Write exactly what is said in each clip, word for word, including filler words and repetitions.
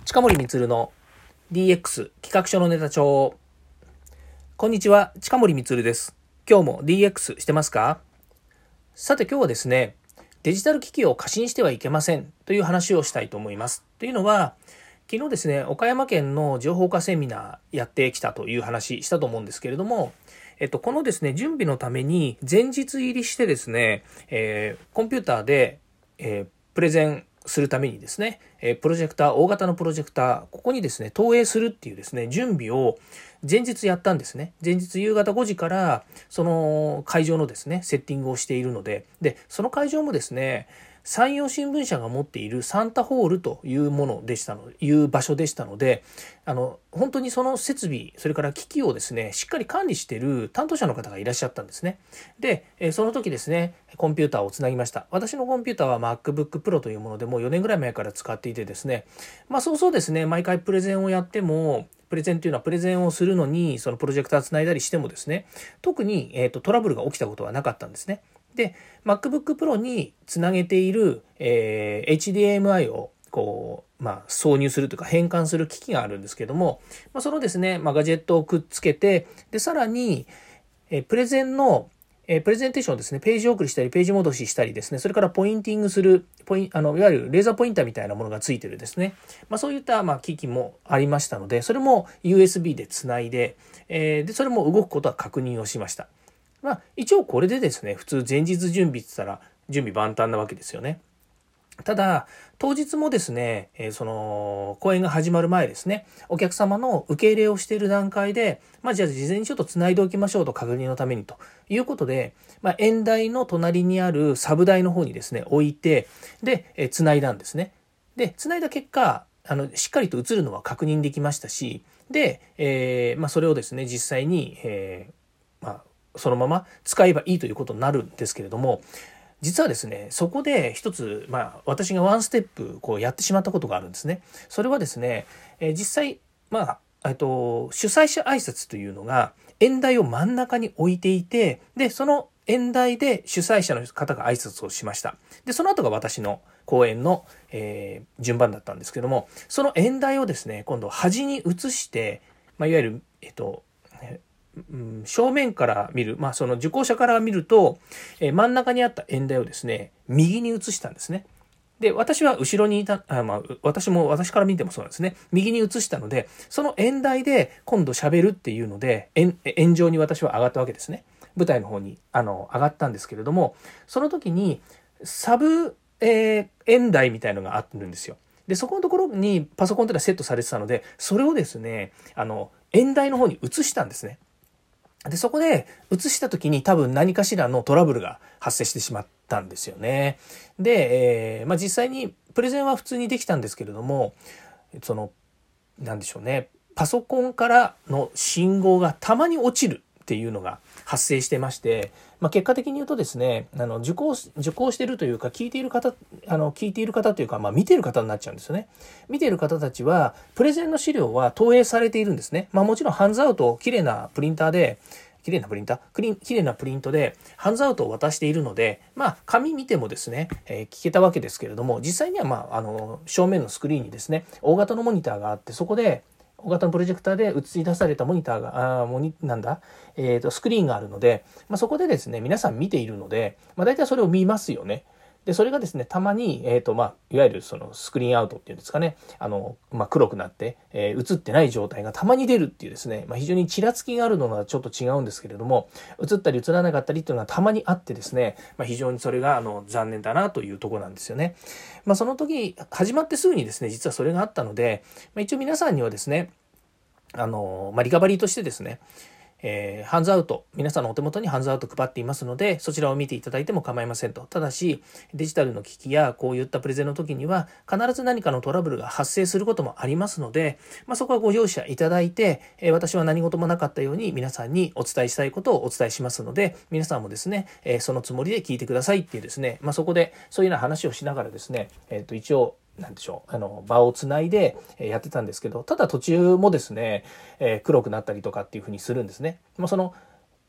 近森光の ディーエックス 企画書のネタ帳。こんにちは、近森光です。今日も ディーエックス してますか？さて今日はですね、デジタル機器を過信してはいけませんという話をしたいと思います。というのは、昨日ですね、岡山県の情報化セミナーやってきたという話したと思うんですけれども、えっと、このですね、準備のために前日入りしてですね、えー、コンピューターで、えー、プレゼンするためにですね、プロジェクター、大型のプロジェクター、ここにですね、投影するっていうですね、準備を前日やったんですね。前日夕方ごじから、その会場のですね、セッティングをしているので、で、その会場もですね、山陽新聞社が持っているサンタホールというものでしたの、いう場所でしたので、あの、本当にその設備、それから機器をですね、しっかり管理している担当者の方がいらっしゃったんですね。で、その時ですね、コンピューターをつなぎました。私のコンピューターは MacBook Pro というものでもうよねんぐらい前から使っていてですね、まあそうそうですね、毎回プレゼンをやっても、プレゼンというのはプレゼンをするのに、そのプロジェクターつないだりしてもですね、特に、えーと、トラブルが起きたことはなかったんですね。で、MacBook Pro につなげている、えー、エイチディーエムアイ をこう、まあ、挿入するというか変換する機器があるんですけども、まあ、そのですね、まあ、ガジェットをくっつけて、で、さらに、えー、プレゼンの、えー、プレゼンテーションをですね、ページ送りしたり、ページ戻ししたりですね、それからポインティングする、ポインあのいわゆるレーザーポインターみたいなものがついてるですね、まあ、そういった、まあ、機器もありましたので、それも ユーエスビー でつないで、えー、で、それも動くことは確認をしました。まあ、一応これでですね、普通前日準備って言ったら準備万端なわけですよね。ただ、当日もですね、えー、その、講演が始まる前ですね、お客様の受け入れをしている段階で、まあ、じゃあ事前にちょっと繋いでおきましょうと、確認のためにということで、まあ、演台の隣にあるサブ台の方にですね、置いて、で、えー、繋いだんですね。で、繋いだ結果、あの、しっかりと映るのは確認できましたし、で、えー、まあ、それをですね、実際に、えー、まあ、そのまま使えばいいということになるんですけれども、実はですね、そこで一つ、まあ、私がワンステップこうやってしまったことがあるんですね。それはですね、えー、実際、まあ、えっと、主催者挨拶というのが、演台を真ん中に置いていて、で、その演台で主催者の方が挨拶をしました。で、その後が私の講演の、えー、順番だったんですけども、その演台をですね、今度端に移して、まあ、いわゆる、えっと、うん、正面から見る、まあその受講者から見ると、えー、真ん中にあった演台をですね、右に移したんですね。で、私は後ろにいた、あまあ、私も、私から見てもそうなんですね。右に移したので、その演台で今度喋るっていうので、演、演上に私は上がったわけですね。舞台の方に、あの、上がったんですけれども、その時に、サブ、えー、演台みたいのがあるんですよ。で、そこのところにパソコンというのはセットされてたので、それをですね、あの、演台の方に移したんですね。で、そこで移した時に多分何かしらのトラブルが発生してしまったんですよね。で、えー、まあ、実際にプレゼンは普通にできたんですけれども、その、なんでしょうね、パソコンからの信号がたまに落ちるっていうのが発生してまして、まあ、結果的に言うとですね、あの受講受講しているというか聞いている方あの聞いている方というか、まあ、見ている方になっちゃうんですよね。見ている方たちはプレゼンの資料は投影されているんですね。まあ、もちろんハンズアウト綺麗なプリンターで綺麗なプリンタークリン綺麗なプリントでハンズアウトを渡しているので、まあ、紙見てもですね、えー、聞けたわけですけれども、実際には、まあ、あの正面のスクリーンにですね大型のモニターがあって、そこで大型のプロジェクターで映し出されたモニターが、あモニなんだ、えーと、スクリーンがあるので、まあ、そこでですね、皆さん見ているので、まあ、大体それを見ますよね。で、それがですね、たまに、えーと、まあ、いわゆるそのスクリーンアウトっていうんですかね、あの、まあ、黒くなって、えー、映ってない状態がたまに出るっていうですね、まあ、非常にちらつきがあるのはちょっと違うんですけれども、映ったり映らなかったりっていうのがたまにあってですね、まあ、非常にそれが、あの、残念だなというところなんですよね。まあ、その時、始まってすぐにですね、実はそれがあったので、まあ、一応皆さんにはですね、あの、まあ、リカバリーとしてですね、えー、ハンズアウト、皆さんのお手元にハンズアウト配っていますので、そちらを見ていただいても構いませんと。ただし、デジタルの機器やこういったプレゼンの時には、必ず何かのトラブルが発生することもありますので、まあ、そこはご容赦いただいて、えー、私は何事もなかったように皆さんにお伝えしたいことをお伝えしますので、皆さんもですね、えー、そのつもりで聞いてくださいっていうですね、まあ、そこでそういうような話をしながらですね、えっと、一応、なんでしょう、あの、場をつないでやってたんですけど、ただ途中もですね、えー、黒くなったりとかっていうふうにするんですね。まあ、その、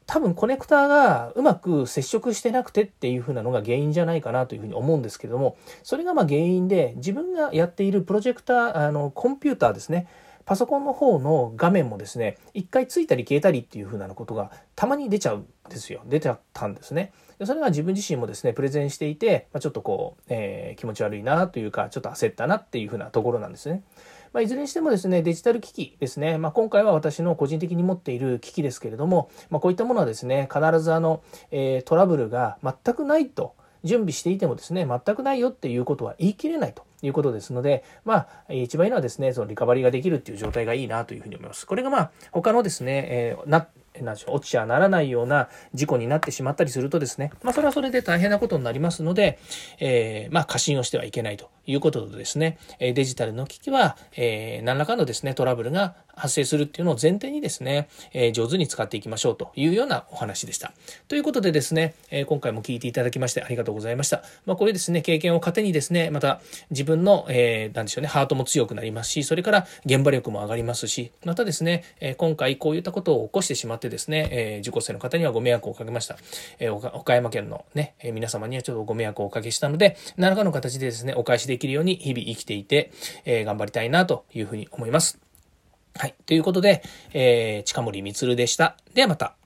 多分コネクターがうまく接触してなくてっていう風なのが原因じゃないかなというふうに思うんですけれども、それがまあ原因で自分がやっているプロジェクター、あのコンピューターですね、パソコンの方の画面もですね、一回ついたり消えたりっていう風なことがたまに出ちゃうんですよ。出ちゃったんですね。でそれが自分自身もですね、プレゼンしていて、まあ、ちょっとこう、えー、気持ち悪いなというか、ちょっと焦ったなっていう風なところなんですね。まあ、いずれにしてもですね、デジタル機器ですね、まあ、今回は私の個人的に持っている機器ですけれども、まあ、こういったものはですね、必ずあの、えー、トラブルが全くないと、準備していてもですね、全くないよっていうことは言い切れないということですので、まあ、一番いいのはですね、そのリカバリーができるっていう状態がいいなというふうに思います。これがまあ、他のですね、えー、な、なんでしょう、落ちちゃならないような事故になってしまったりするとですね、まあ、それはそれで大変なことになりますので、えー、まあ、過信をしてはいけないということでですね、デジタルの機器は、えー、何らかのですね、トラブルが発生するっていうのを前提にですね、えー、上手に使っていきましょうというようなお話でした。ということでですね、えー、今回も聞いていただきましてありがとうございました。まあ、こういうですね、経験を糧にですね、また自分の、えー、なんでしょうね、ハートも強くなりますし、それから現場力も上がりますし、またですね、えー、今回こういったことを起こしてしまってですね、えー、受講生の方にはご迷惑をかけました。えー、岡山県のね、えー、皆様にはちょっとご迷惑をおかけしたので、何らかの形でですね、お返しできるように日々生きていて、えー、頑張りたいなというふうに思います。はい。ということで、えー、近森光でした。ではまた。